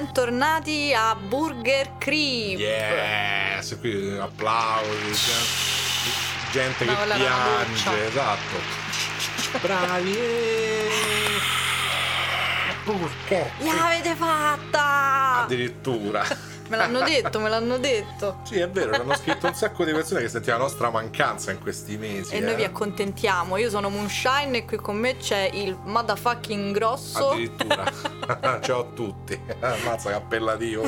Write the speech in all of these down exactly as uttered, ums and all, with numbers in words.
bentornati a Burger Creep. Yes, qui applausi, gente No, che quella era una doccia. piange, esatto. Bravi. Burger. L'avete fatta! Addirittura. Me l'hanno detto, me l'hanno detto. Sì, è vero, hanno scritto un sacco di persone che sentivano la nostra mancanza in questi mesi. E eh. noi vi accontentiamo. Io sono Moonshine e qui con me c'è il motherfucking grosso. Addirittura. Ciao a tutti. Ammazza che appellativo.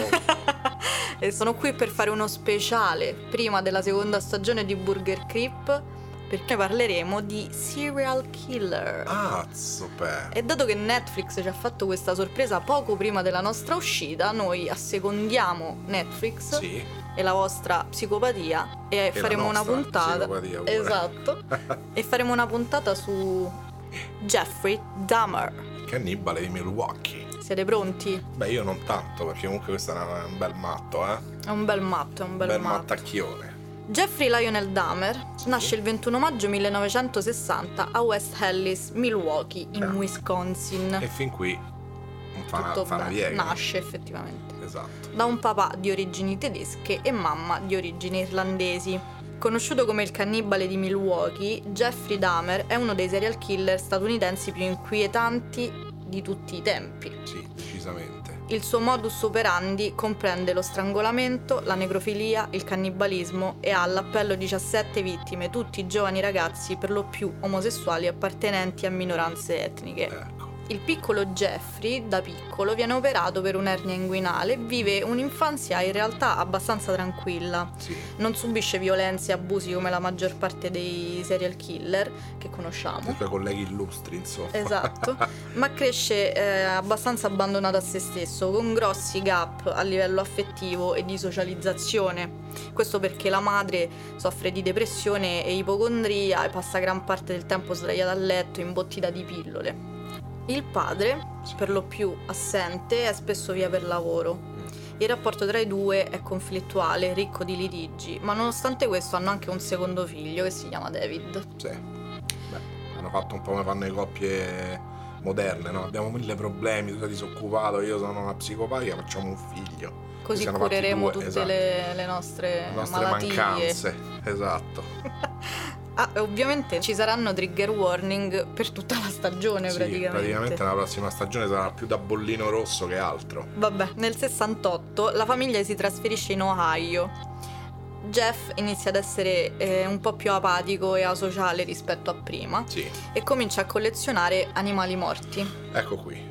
E sono qui per fare uno speciale prima della seconda stagione di Burger Creep, perché parleremo di serial killer. Ah, super. E dato che Netflix ci ha fatto questa sorpresa poco prima della nostra uscita, noi assecondiamo Netflix Sì. e la vostra psicopatia e, E la faremo una nostra puntata. psicopatia pure. Esatto. E faremo una puntata su Jeffrey Dahmer. Cannibale di Milwaukee. Siete pronti? Beh, io non tanto, perché comunque questo è una- un bel matto, eh. È un bel matto, è un bel, bel matto. mattacchione. Jeffrey Lionel Dahmer nasce il ventuno maggio millenovecentosessanta a West Allis, Milwaukee, in Eh. Wisconsin. E fin qui non fa una, Tutto fa una bene. piega. Nasce effettivamente Esatto. da un papà di origini tedesche e mamma di origini irlandesi. Conosciuto come il cannibale di Milwaukee, Jeffrey Dahmer è uno dei serial killer statunitensi più inquietanti di tutti i tempi. Sì, decisamente. Il suo modus operandi comprende lo strangolamento, la necrofilia, il cannibalismo e ha all'appello diciassette vittime, tutti giovani ragazzi per lo più omosessuali appartenenti a minoranze etniche. Ecco. Il piccolo Jeffrey, da piccolo, viene operato per un'ernia inguinale e vive un'infanzia in realtà abbastanza tranquilla. Sì. Non subisce violenze e abusi come la maggior parte dei serial killer che conosciamo. I tuoi colleghi illustri, insomma. Esatto, ma cresce eh, abbastanza abbandonato a se stesso, con grossi gap a livello affettivo e di socializzazione. Questo perché la madre soffre di depressione e ipocondria e passa gran parte del tempo sdraiata a letto, imbottita di pillole. Il padre, per lo più assente, è spesso via per lavoro. Il rapporto tra i due è conflittuale, ricco di litigi, ma nonostante questo hanno anche un secondo figlio che si chiama David. Sì. Beh, hanno fatto un po' come fanno le coppie moderne, no? Abbiamo mille problemi, tu sei disoccupato, io sono una psicopatica, facciamo un figlio. Così Siamo fatti cureremo due, tutte esatto. le, le nostre, Le nostre malattie. mancanze. Esatto. Ah, e ovviamente ci saranno trigger warning per tutta la stagione Sì, praticamente. praticamente la prossima stagione sarà più da bollino rosso che altro. Vabbè, nel sessantotto la famiglia si trasferisce in Ohio. Jeff inizia ad essere eh, un po' più apatico e asociale rispetto a prima Sì. e comincia a collezionare animali morti. Ecco qui.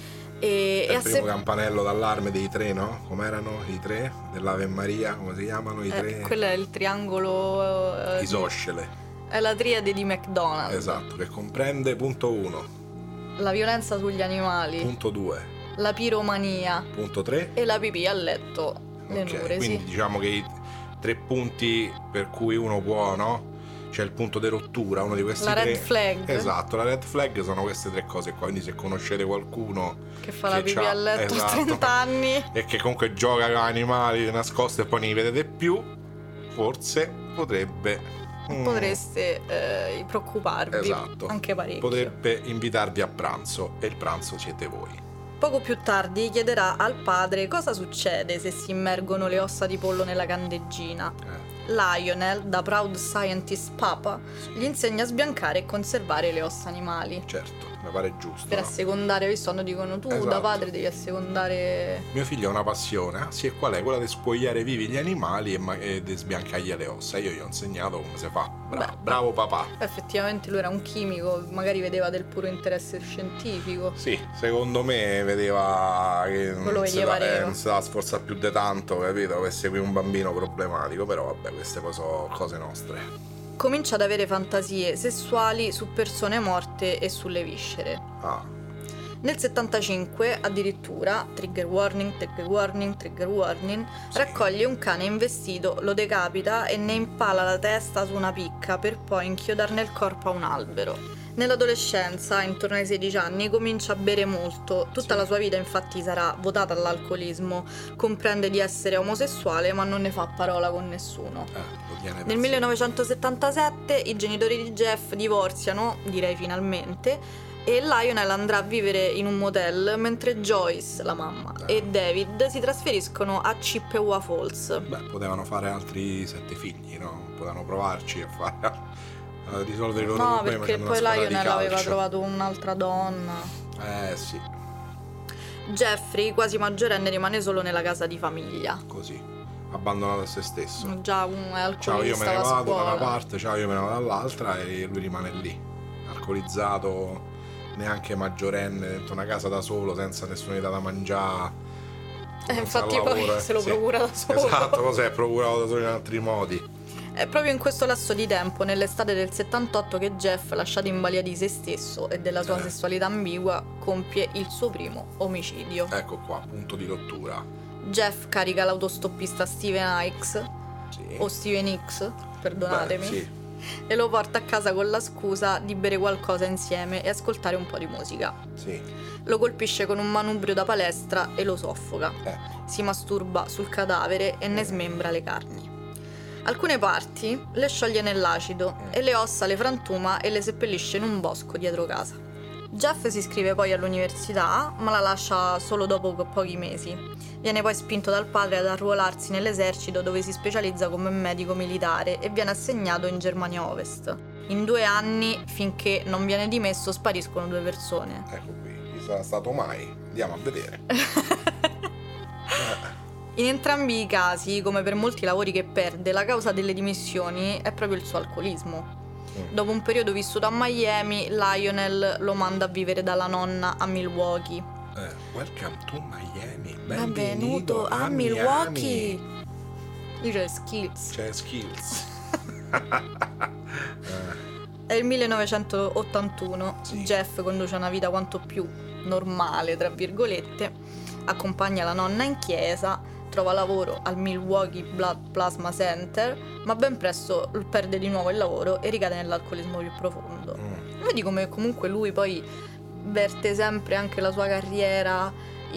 E, È e il a primo se- campanello d'allarme dei tre, no? Com'erano i tre? Dell'Ave Maria, come si chiamano i eh, tre? quello è il triangolo eh, di- Isoscele. è la triade di McDonald's. Esatto, che comprende punto uno, La violenza sugli animali, punto due, la piromania punto tre. e la pipì a letto. Le Ok, nure, quindi sì. diciamo che i tre punti per cui uno può, no? C'è il punto di rottura, uno di questi La tre. red flag. Esatto, la red flag sono queste tre cose qua, quindi se conoscete qualcuno Che fa la pipì c'ha- a letto a esatto, trenta anni. e che comunque gioca con animali nascosti e poi ne vedete più, forse potrebbe mm, Potreste eh, preoccuparvi. Esatto. Anche parecchio. potrebbe invitarvi a pranzo e il pranzo siete voi. Poco più tardi chiederà al padre cosa succede se si immergono le ossa di pollo nella candeggina. Eh, Lionel, da proud scientist papa, gli insegna a sbiancare e conservare le ossa animali. certo, mi pare giusto. Per no? assecondare, visto, quando dicono tu da Esatto. padre devi assecondare. Mio figlio ha una passione, ah, sì, e qual è? Quella di spogliare vivi gli animali e, ma- e di sbiancargli le ossa. Io gli ho insegnato come si fa. Bra- Beh. bravo papà. Effettivamente lui era un chimico, magari vedeva del puro interesse scientifico. Sì, secondo me vedeva che Quello non che si, gli da- pareva. eh, non si dava sforzare più di tanto, capito? Per seguire un bambino problematico, però vabbè, queste poi sono cose nostre. Comincia ad avere fantasie sessuali su persone morte e sulle viscere. Ah, Nel settantacinque, addirittura, trigger warning, trigger warning, trigger warning, Sì. raccoglie un cane investito, lo decapita e ne impala la testa su una picca per poi inchiodarne il corpo a un albero. Nell'adolescenza, intorno ai sedici anni, comincia a bere molto. Tutta Sì. la sua vita infatti sarà votata all'alcolismo. Comprende di essere omosessuale ma non ne fa parola con nessuno. eh, lo tiene per Nel sé. millenovecentosettantasette i genitori di Jeff divorziano, direi finalmente, e Lionel andrà a vivere in un motel mentre Joyce, la mamma, eh. e David si trasferiscono a Chippewa Falls. Beh, potevano fare altri sette figli, no? Potevano provarci a fare a risolvere i loro No, problemi. perché poi Lionel aveva trovato un'altra donna. Eh sì. Jeffrey, quasi maggiorenne, rimane solo nella casa di famiglia. Così, abbandonato a se stesso. Già un alcolista. Ciao, io me ne alla vado scuola. da una parte, ciao, io me ne vado dall'altra, e lui rimane lì, alcolizzato, neanche maggiorenne, dentro una casa da solo, senza nessuna da mangiare. Eh, infatti poi lavoro, eh. se lo sì. procura da solo. Esatto, cos'è? Procurato da solo in altri modi. È proprio in questo lasso di tempo, nell'estate del settantotto, che Jeff, lasciato in balia di se stesso e della sua Eh. sessualità ambigua, compie il suo primo omicidio. Ecco qua, punto di rottura. Jeff carica l'autostoppista Steven Hicks, Sì. o Steven X, perdonatemi, Beh, sì. e lo porta a casa con la scusa di bere qualcosa insieme e ascoltare un po' di musica. Sì. Lo colpisce con un manubrio da palestra e lo soffoca. Eh. Si masturba sul cadavere e ne smembra le carni. Alcune parti le scioglie nell'acido e le ossa le frantuma e le seppellisce in un bosco dietro casa. Jeff si iscrive poi all'università, ma la lascia solo dopo pochi mesi. Viene poi spinto dal padre ad arruolarsi nell'esercito, dove si specializza come medico militare e viene assegnato in Germania Ovest. In due anni, finché non viene dimesso, spariscono due persone. Ecco qui, chi sarà stato mai? Andiamo a vedere. eh. In entrambi i casi, come per molti lavori che perde, la causa delle dimissioni è proprio il suo alcolismo. Mm. Dopo un periodo vissuto a Miami, Lionel lo manda a vivere dalla nonna a Milwaukee. Eh, welcome to Miami. Benvenuto a Milwaukee. Lì c'è skills. C'è skills. È il millenovecentottantuno. Sì. Jeff conduce una vita quanto più normale, tra virgolette, accompagna la nonna in chiesa, trova lavoro al Milwaukee Blood Plasma Center, ma ben presto perde di nuovo il lavoro e ricade nell'alcolismo più profondo. Mm. Vedi come comunque lui poi verte sempre anche la sua carriera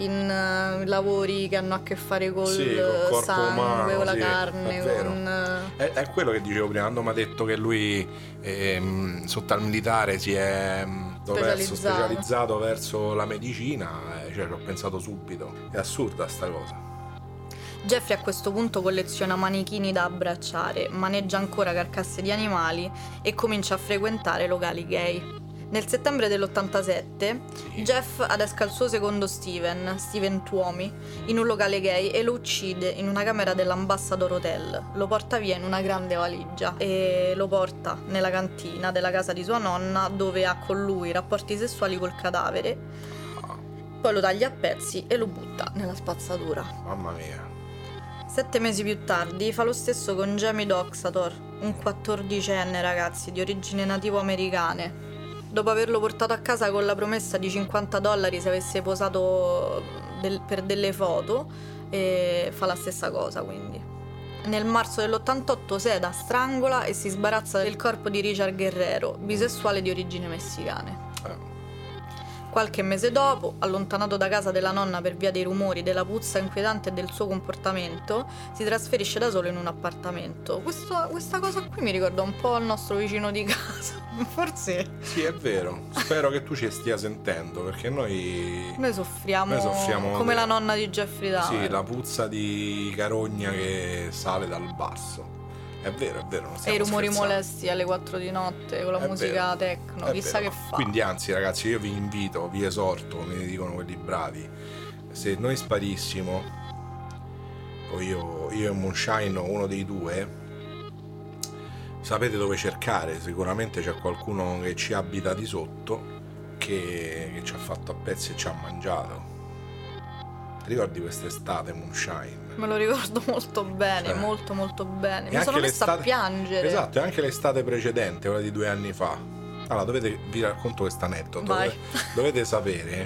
in uh, lavori che hanno a che fare col, Sì, col corpo sangue, umano, con la sì, carne, è vero. con... È, è quello che dicevo prima, quando mi ha detto che lui ehm, sotto al militare si è mm, verso, Specializzato. specializzato verso la medicina, eh, cioè ci ho pensato subito. È assurda sta cosa. Jeffrey a questo punto colleziona manichini da abbracciare, maneggia ancora carcasse di animali e comincia a frequentare locali gay. Nel settembre dell'ottantasette, Sì. Jeff adesca il suo secondo Steven, Steven Tuomi, in un locale gay e lo uccide in una camera dell'Ambassador Hotel. Lo porta via in una grande valigia e lo porta nella cantina della casa di sua nonna, dove ha con lui rapporti sessuali col cadavere. Poi lo taglia a pezzi e lo butta nella spazzatura. Mamma mia. Sette mesi più tardi fa lo stesso con Jamie Doxator, un quattordicenne, ragazzi, di origini nativo-americane. Dopo averlo portato a casa con la promessa di cinquanta dollari se avesse posato del- per delle foto, e fa la stessa cosa, quindi. Nel marzo dell'ottantotto seda, strangola e si sbarazza del corpo di Richard Guerrero, bisessuale di origini messicane. Eh. Qualche mese dopo, allontanato da casa della nonna per via dei rumori, della puzza inquietante del suo comportamento, si trasferisce da solo in un appartamento. Questo- questa cosa qui mi ricorda un po' il nostro vicino di casa. Forse Sì, è vero. Spero che tu ci stia sentendo, perché noi... noi soffriamo, Noi soffriamo come de- la nonna di Jeffrey Dahmer. Sì, la puzza di carogna che sale dal basso. È vero, è vero. Non E i stiamo rumori scherzando. molesti alle quattro di notte con la È musica vero, techno, è chissà vero. che fa. Quindi anzi ragazzi, io vi invito, vi esorto, come dicono quelli bravi, se noi sparissimo, o io, io e Moonshine o uno dei due, sapete dove cercare. Sicuramente c'è qualcuno che ci abita di sotto, che, che ci ha fatto a pezzi e ci ha mangiato. Ti ricordi quest'estate, Moonshine? Me lo ricordo molto bene, Cioè. molto molto bene. E Mi anche sono messa a l'estate- piangere. Esatto, e anche l'estate precedente, quella di due anni fa. Allora, dovete, vi racconto questo aneddoto. Vai. Dove- dovete sapere,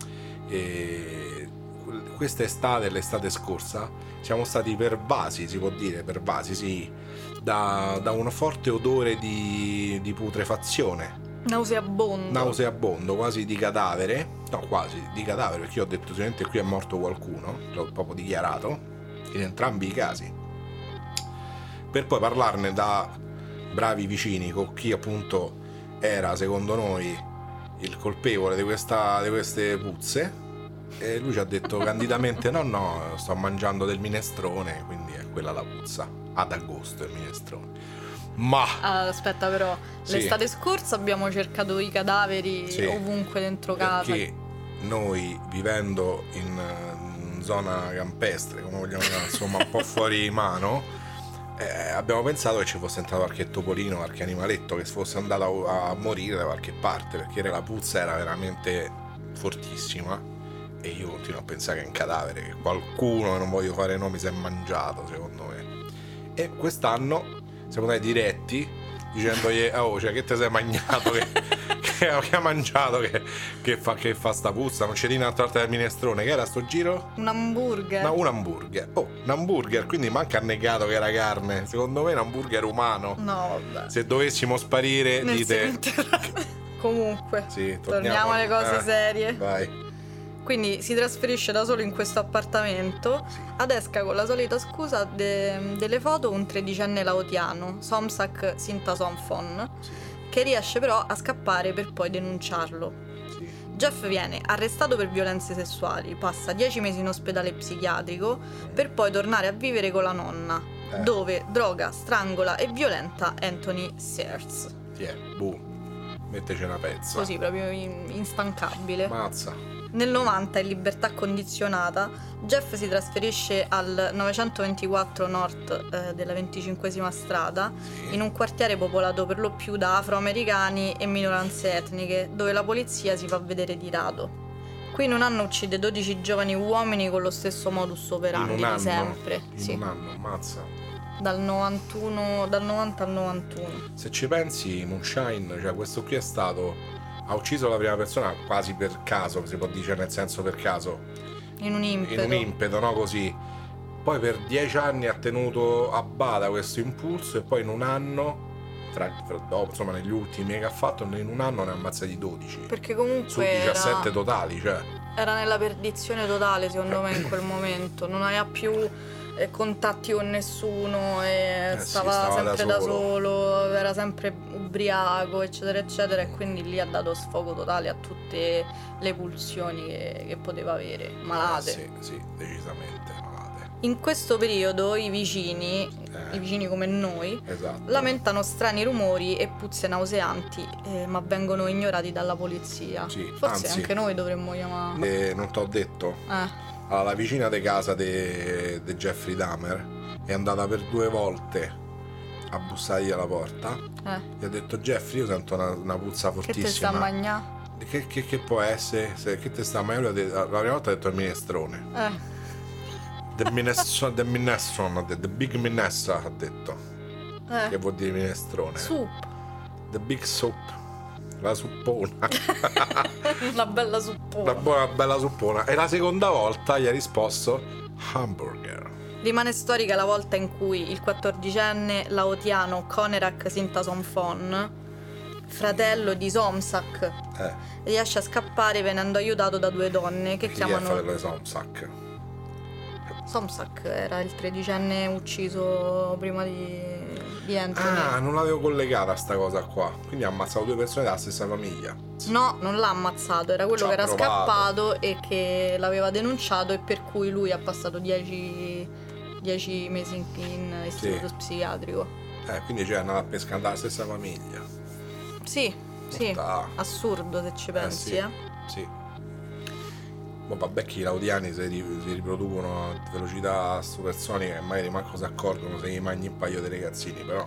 eh, quest'estate, l'estate scorsa, siamo stati pervasi, si può dire, pervasi, sì, da, da un forte odore di, di putrefazione, Nauseabondo. nauseabondo, quasi di cadavere. No, quasi di cadavere, perché io ho detto sicuramente qui è morto qualcuno, l'ho proprio dichiarato, in entrambi i casi. Per poi parlarne da bravi vicini con chi appunto era, secondo noi, il colpevole di, questa, di queste puzze, e lui ci ha detto candidamente no no, sto mangiando del minestrone, quindi è quella la puzza, ad agosto il minestrone. Ma ah, aspetta, però sì. l'estate scorsa abbiamo cercato i cadaveri sì, ovunque dentro casa, perché noi vivendo in, in zona campestre, come vogliamo dire, insomma un po' fuori mano, eh, abbiamo pensato che ci fosse entrato qualche topolino, qualche animaletto che fosse andato a, a morire da qualche parte, perché la puzza era veramente fortissima. E io continuo a pensare che è un cadavere che qualcuno, che non voglio fare nomi, si è mangiato, secondo me. E quest'anno siamo andati diretti dicendogli oh, cioè, che te sei mangiato, che, che, che ha mangiato che, che, fa, che fa sta puzza, non c'è di un'altra volta del minestrone, che era sto giro? Un hamburger. No, un hamburger. Oh, un hamburger, quindi manca ha negato che era carne. Secondo me è un hamburger umano. No, vabbè. Se dovessimo sparire, Nel dite... Comunque, sì, torniamo, torniamo alle cose eh, serie. Vai. Quindi si trasferisce da solo in questo appartamento, Sì. adesca con la solita scusa de- delle foto un tredicenne laotiano, Somsak Sintasomphon, Sì, che riesce però a scappare per poi denunciarlo. sì. Jeff viene arrestato per violenze sessuali, passa dieci mesi in ospedale psichiatrico per poi tornare a vivere con la nonna, Eh. dove droga, strangola e violenta Anthony Sears. Sì, è, boom. Metteci una pezza. Così, proprio in- instancabile. Mazza. Nel novanta, in libertà condizionata, Jeff si trasferisce al novecentoventiquattro North eh, della venticinquesima strada, Sì. in un quartiere popolato per lo più da afroamericani e minoranze etniche, dove la polizia si fa vedere di rado. Qui in un anno uccide dodici giovani uomini con lo stesso modus In operandi un di anno. sempre. In Sì, un anno, mazza. dal novantuno, dal novanta al novantuno. Se ci pensi, Moonshine, cioè questo qui è stato... ha ucciso la prima persona quasi per caso, si può dire, nel senso per caso, In un impeto. in un impeto, no? Così. Poi per dieci anni ha tenuto a bada questo impulso e poi in un anno, fra, fra dopo, insomma negli ultimi che ha fatto, in un anno ne ha ammazzati dodici. Perché comunque Su diciassette era... totali, cioè. Era nella perdizione totale, secondo me, in quel momento. Non aveva più eh, contatti con nessuno e Eh sì, stava, stava sempre da da solo. solo, era sempre ubriaco, eccetera, eccetera. E quindi lì ha dato sfogo totale a tutte le pulsioni che, che poteva avere, malate. Eh, sì, sì, decisamente malate. In questo periodo i vicini, Eh. i vicini come noi, Esatto. lamentano strani rumori e puzze nauseanti, eh, ma vengono ignorati dalla polizia. Sì, Forse anzi, anche noi dovremmo chiamare. Eh, non t'ho detto, Eh. allora, la vicina di casa di Jeffrey Dahmer è andata per due volte a bussargli alla porta. Eh. Gli ha detto Jeffrey, io sento una, una puzza Che te sta a fortissima. mangiare? Che, che, che può essere? Se, che te sta a mangiare? Lui ha detto- La prima volta ha detto il minestrone. Eh. The minestrone, the minestrone, the, the big minestra ha detto. Che Eh. vuol dire minestrone? Soup. The big soup. La suppona. Una bella Una suppona. buona bella suppona. E la seconda volta gli ha risposto hamburger. Rimane storica la volta in cui il quattordicenne laotiano Conerak Sintasomphon, fratello di Somsak, Eh, riesce a scappare venendo aiutato da due donne che chi è il chiamano... fratello di Somsak? Somsak era il tredicenne ucciso prima di, di Anthony. Ah, non l'avevo collegata sta cosa qua. Quindi ha ammazzato due persone della stessa famiglia. No, non l'ha ammazzato, era quello Ci ha che era provato. scappato e che l'aveva denunciato e per cui lui ha passato dieci, dieci mesi in, in istituto Sì. psichiatrico. Eh, quindi c'è andata a pescare dalla stessa famiglia. Sì, sì, Ah, assurdo se ci pensi, sì. eh. sì. Boh, vabbè che i laudiani si, ri- si riproducono a velocità supersonica e magari manco si accorgono se gli mangi un paio di ragazzini, però.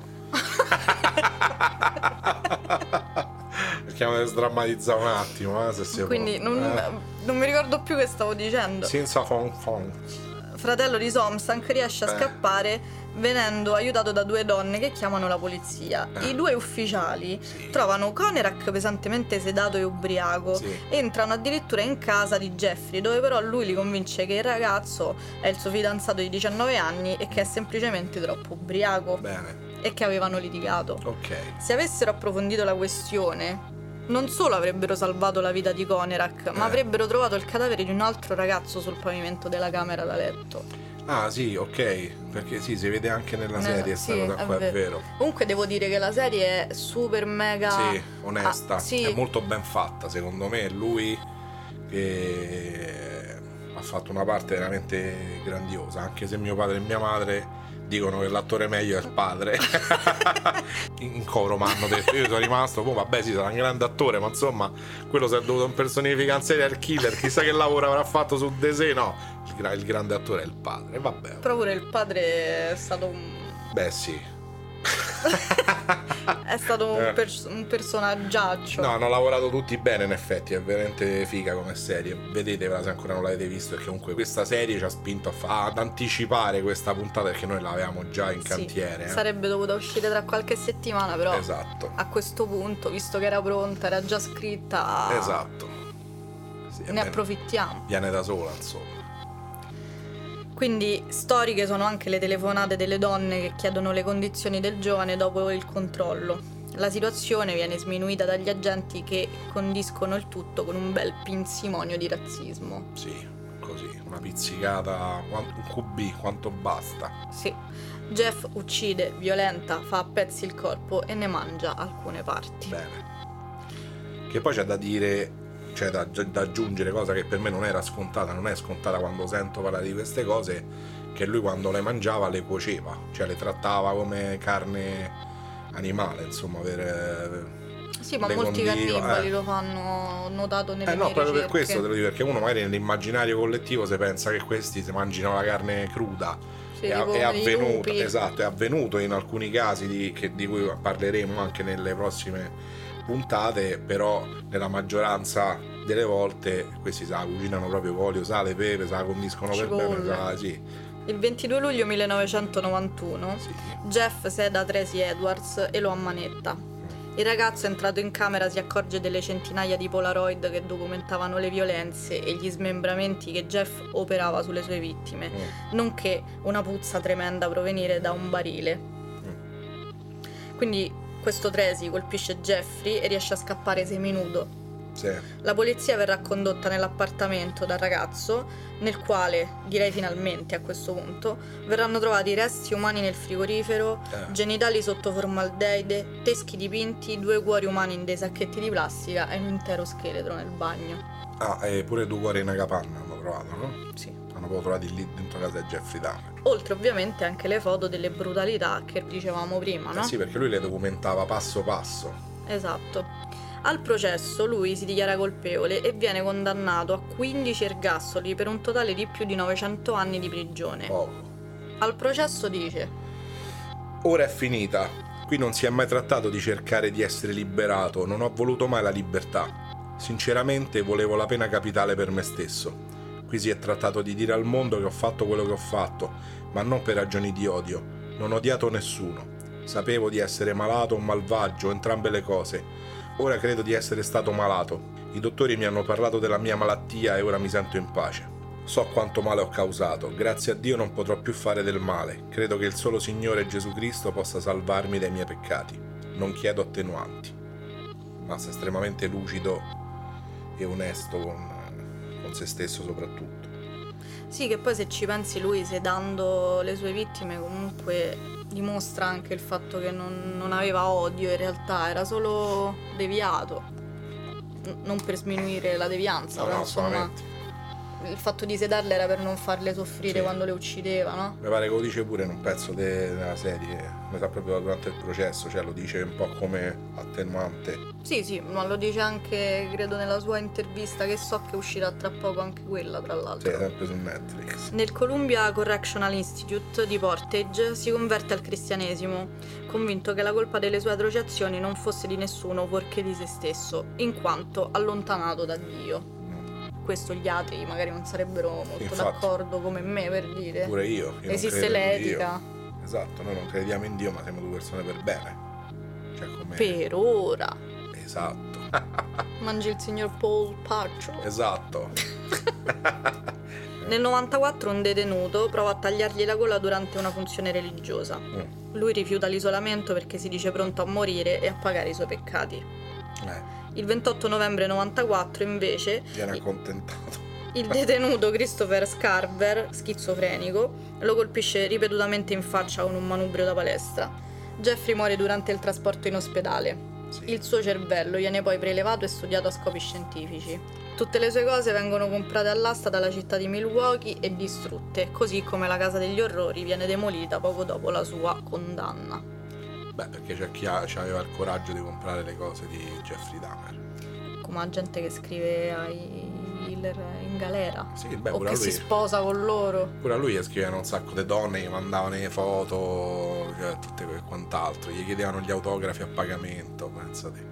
Cerchiamo di sdrammatizzare un attimo, eh, se si Quindi può. non, Eh. non mi ricordo più che stavo dicendo. Senza fon fon. Fratello di Somsak riesce a Eh. scappare venendo aiutato da due donne che chiamano la polizia. Eh. I due ufficiali Sì. trovano Conerak pesantemente sedato e ubriaco. Sì. Entrano addirittura in casa di Jeffrey, dove però lui li convince che il ragazzo è il suo fidanzato di diciannove anni e che è semplicemente troppo ubriaco Bene, e che avevano litigato. ok. Se avessero approfondito la questione, non solo avrebbero salvato la vita di Conerak, ma Eh. avrebbero trovato il cadavere di un altro ragazzo sul pavimento della camera da letto. Ah sì, ok, perché sì, si vede anche nella Nella- serie sì, sta cosa è qua, è vero. vero. Comunque devo dire che la serie è super mega... Sì, onesta, ah, sì, è molto ben fatta, secondo me. Lui che ha fatto una parte veramente grandiosa, anche se mio padre e mia madre dicono che l'attore meglio è il padre. In coro mi hanno detto, io sono rimasto, boh, vabbè sì, sarà un grande attore, ma insomma, quello si è dovuto impersonificare un serial killer, chissà che lavoro avrà fatto su De sé, no, il, gra- il grande attore è il padre, vabbè. però pure il padre è stato un... Beh sì. è stato un, pers- un personaggiaccio. No, hanno lavorato tutti bene in effetti, è veramente figa come serie. Vedetevela se ancora non l'avete visto, perché comunque questa serie ci ha spinto a fa- ad anticipare questa puntata, perché noi l'avevamo già in Sì, cantiere. eh. sarebbe dovuta uscire tra qualche settimana, però Esatto, a questo punto, visto che era pronta, era già scritta, esatto. Sì, ne bene. approfittiamo. Viene da sola, insomma. Quindi storiche sono anche le telefonate delle donne che chiedono le condizioni del giovane dopo il controllo. La situazione viene sminuita dagli agenti che condiscono il tutto con un bel pinsimonio di razzismo. Sì, così, una pizzicata, un Q B, quanto basta. Sì, Jeff uccide, violenta, fa a pezzi il corpo e ne mangia alcune parti. Bene. Che poi c'è da dire, cioè da, da aggiungere, cosa che per me non era scontata, non è scontata quando sento parlare di queste cose, che lui quando le mangiava le cuoceva, cioè le trattava come carne animale, insomma, per... Sì, ma le molti condiva, cannibali eh. lo fanno, ho notato nelle Eh no, mie proprio per ricerche. questo te lo dico, perché uno magari nell'immaginario collettivo si pensa che questi si mangino la carne cruda. Sì, è, tipo è i avvenuto, lupi. esatto, è avvenuto in alcuni casi di, che, di cui parleremo anche nelle prossime puntate, però nella maggioranza delle volte questi se la cucinano proprio con olio, sale, pepe, se la condiscono per Cipolle. bene, sa- sì, Il ventidue luglio millenovecentonovantuno sì. Jeff seda Tracy Edwards e lo ammanetta. Il ragazzo entrato in camera si accorge delle centinaia di Polaroid che documentavano le violenze e gli smembramenti che Jeff operava sulle sue vittime, Mm. nonché una puzza tremenda provenire da un barile. Quindi questo Tracy colpisce Jeffrey e riesce a scappare seminudo. Sì. La polizia verrà condotta nell'appartamento dal ragazzo, nel quale, direi finalmente a questo punto, verranno trovati resti umani nel frigorifero, Eh. genitali sotto formaldeide, teschi dipinti, due cuori umani in dei sacchetti di plastica e un intero scheletro nel bagno. Ah, e pure due cuori in una capanna hanno trovato, no? Sì. Hanno proprio trovati lì dentro casa di Jeffrey Dahmer. Oltre ovviamente anche le foto delle brutalità che dicevamo prima, no? Eh sì, perché lui le documentava passo passo. Esatto. Al processo lui si dichiara colpevole e viene condannato a quindici ergastoli per un totale di più di novecento anni di prigione. Poco. Al processo dice: Ora è finita. Qui non si è mai trattato di cercare di essere liberato, non ho voluto mai la libertà. Sinceramente volevo la pena capitale per me stesso. Qui si è trattato di dire al mondo che ho fatto quello che ho fatto, ma non per ragioni di odio. Non ho odiato nessuno. Sapevo di essere malato o malvagio, entrambe le cose. Ora credo di essere stato malato. I dottori mi hanno parlato della mia malattia e ora mi sento in pace. So quanto male ho causato, grazie a Dio non potrò più fare del male. Credo che il solo Signore Gesù Cristo possa salvarmi dai miei peccati. Non chiedo attenuanti. Massa estremamente lucido e onesto con, con se stesso soprattutto. sì, che poi se ci pensi lui sedando le sue vittime comunque dimostra anche il fatto che non, non aveva odio in realtà, era solo deviato. N- non per sminuire la devianza, No, però no, insomma assolutamente. il fatto di sedarle era per non farle soffrire Sì. quando le uccideva, no? Mi pare che lo dice pure in un pezzo de- della serie, mi sa proprio durante il processo, cioè lo dice un po' come attenuante. Sì, sì, ma lo dice anche, credo, nella sua intervista, che so che uscirà tra poco anche quella, tra l'altro. Sì, sempre su Netflix. Nel Columbia Correctional Institute di Portage si converte al cristianesimo, convinto che la colpa delle sue atroci azioni non fosse di nessuno fuorché di se stesso, in quanto allontanato da Dio. Questo gli atei magari non sarebbero molto Infatti. d'accordo come me, per dire. Pure io. io non Esiste credo in l'etica. Dio. Esatto, noi non crediamo in Dio, ma siamo due persone per bene. Cioè come... Per ora. Esatto. Mangi il signor Paul Patcho. Esatto. Nel novantaquattro un detenuto prova a tagliargli la gola durante una funzione religiosa. Mm. Lui rifiuta l'isolamento perché si dice pronto a morire e a pagare i suoi peccati. Eh, Il ventotto novembre novantaquattro invece viene accontentato. Il detenuto Christopher Scarver, schizofrenico, lo colpisce ripetutamente in faccia con un manubrio da palestra. Jeffrey muore durante il trasporto in ospedale. Sì. Il suo cervello viene poi prelevato e studiato a scopi scientifici. Tutte le sue cose vengono comprate all'asta dalla città di Milwaukee e distrutte, così come la casa degli orrori viene demolita poco dopo la sua condanna. Beh, perché c'è chi ha, aveva il coraggio di comprare le cose di Jeffrey Dahmer. Come la gente che scrive ai killer in galera. Sì, beh, o pure che a lui. si sposa con loro. Pure a lui gli scrivevano un sacco di donne che mandavano le foto, cioè tutte e quant'altro, gli chiedevano gli autografi a pagamento, pensate.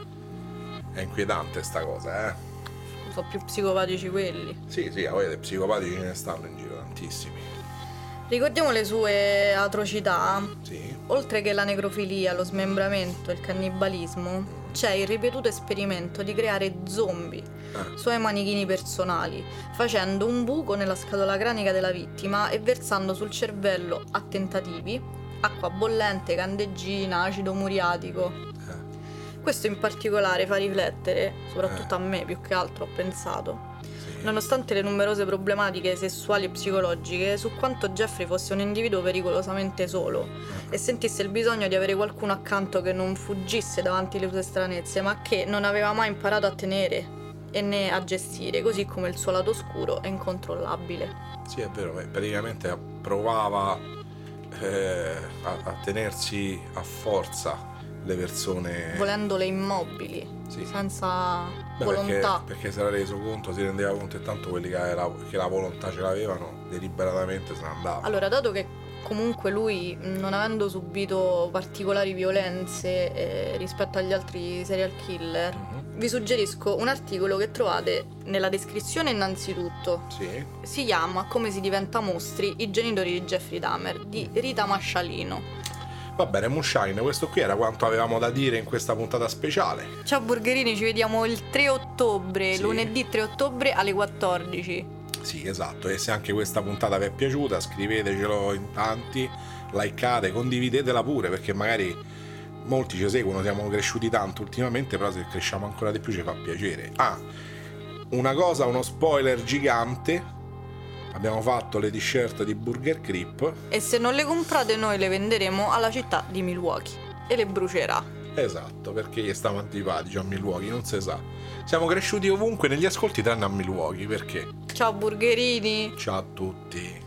È inquietante sta cosa, eh? Sono più psicopatici quelli. Sì, sì, a voi dei psicopatici ce ne stanno in giro tantissimi. Ricordiamo le sue atrocità. Sì. Oltre che la necrofilia, lo smembramento e il cannibalismo, c'è il ripetuto esperimento di creare zombie, Ah. suoi manichini personali, facendo un buco nella scatola cranica della vittima e versando sul cervello a tentativi acqua bollente, candeggina, acido muriatico. Eh. Questo in particolare fa riflettere, soprattutto Eh. a me più che altro ho pensato, Sì. nonostante le numerose problematiche sessuali e psicologiche, su quanto Jeffrey fosse un individuo pericolosamente solo e sentisse il bisogno di avere qualcuno accanto che non fuggisse davanti alle sue stranezze, ma che non aveva mai imparato a tenere e né a gestire, così come il suo lato oscuro e incontrollabile. Sì, è vero, beh, praticamente provava eh, a, a tenersi a forza le persone. Volendole immobili, Sì. senza Beh, volontà. Perché, perché si era reso conto, si rendeva conto, e tanto quelli che la, che la volontà ce l'avevano, deliberatamente se ne andavano. Allora, dato che comunque lui, non avendo subito particolari violenze eh, rispetto agli altri serial killer, Mhm. vi suggerisco un articolo che trovate nella descrizione innanzitutto. Sì. Si chiama Come si diventa mostri, i genitori di Jeffrey Dahmer, di Rita Mascialino. Va bene, Moonshine, questo qui era quanto avevamo da dire in questa puntata speciale. Ciao Burgerini, ci vediamo il tre ottobre, Sì. lunedì tre ottobre alle quattordici. Sì, esatto, e se anche questa puntata vi è piaciuta, scrivetecelo in tanti, likeate, condividetela pure, perché magari molti ci seguono, siamo cresciuti tanto ultimamente, però se cresciamo ancora di più ci fa piacere. Ah, una cosa, uno spoiler gigante, abbiamo fatto le t-shirt di Burger Creep. E se non le comprate noi le venderemo alla città di Milwaukee e le brucerà. Esatto, perché gli stiamo antipatici a Milwaukee, non si sa. Siamo cresciuti ovunque negli ascolti tranne a Milwaukee, perché? Ciao Burgerini! Ciao a tutti.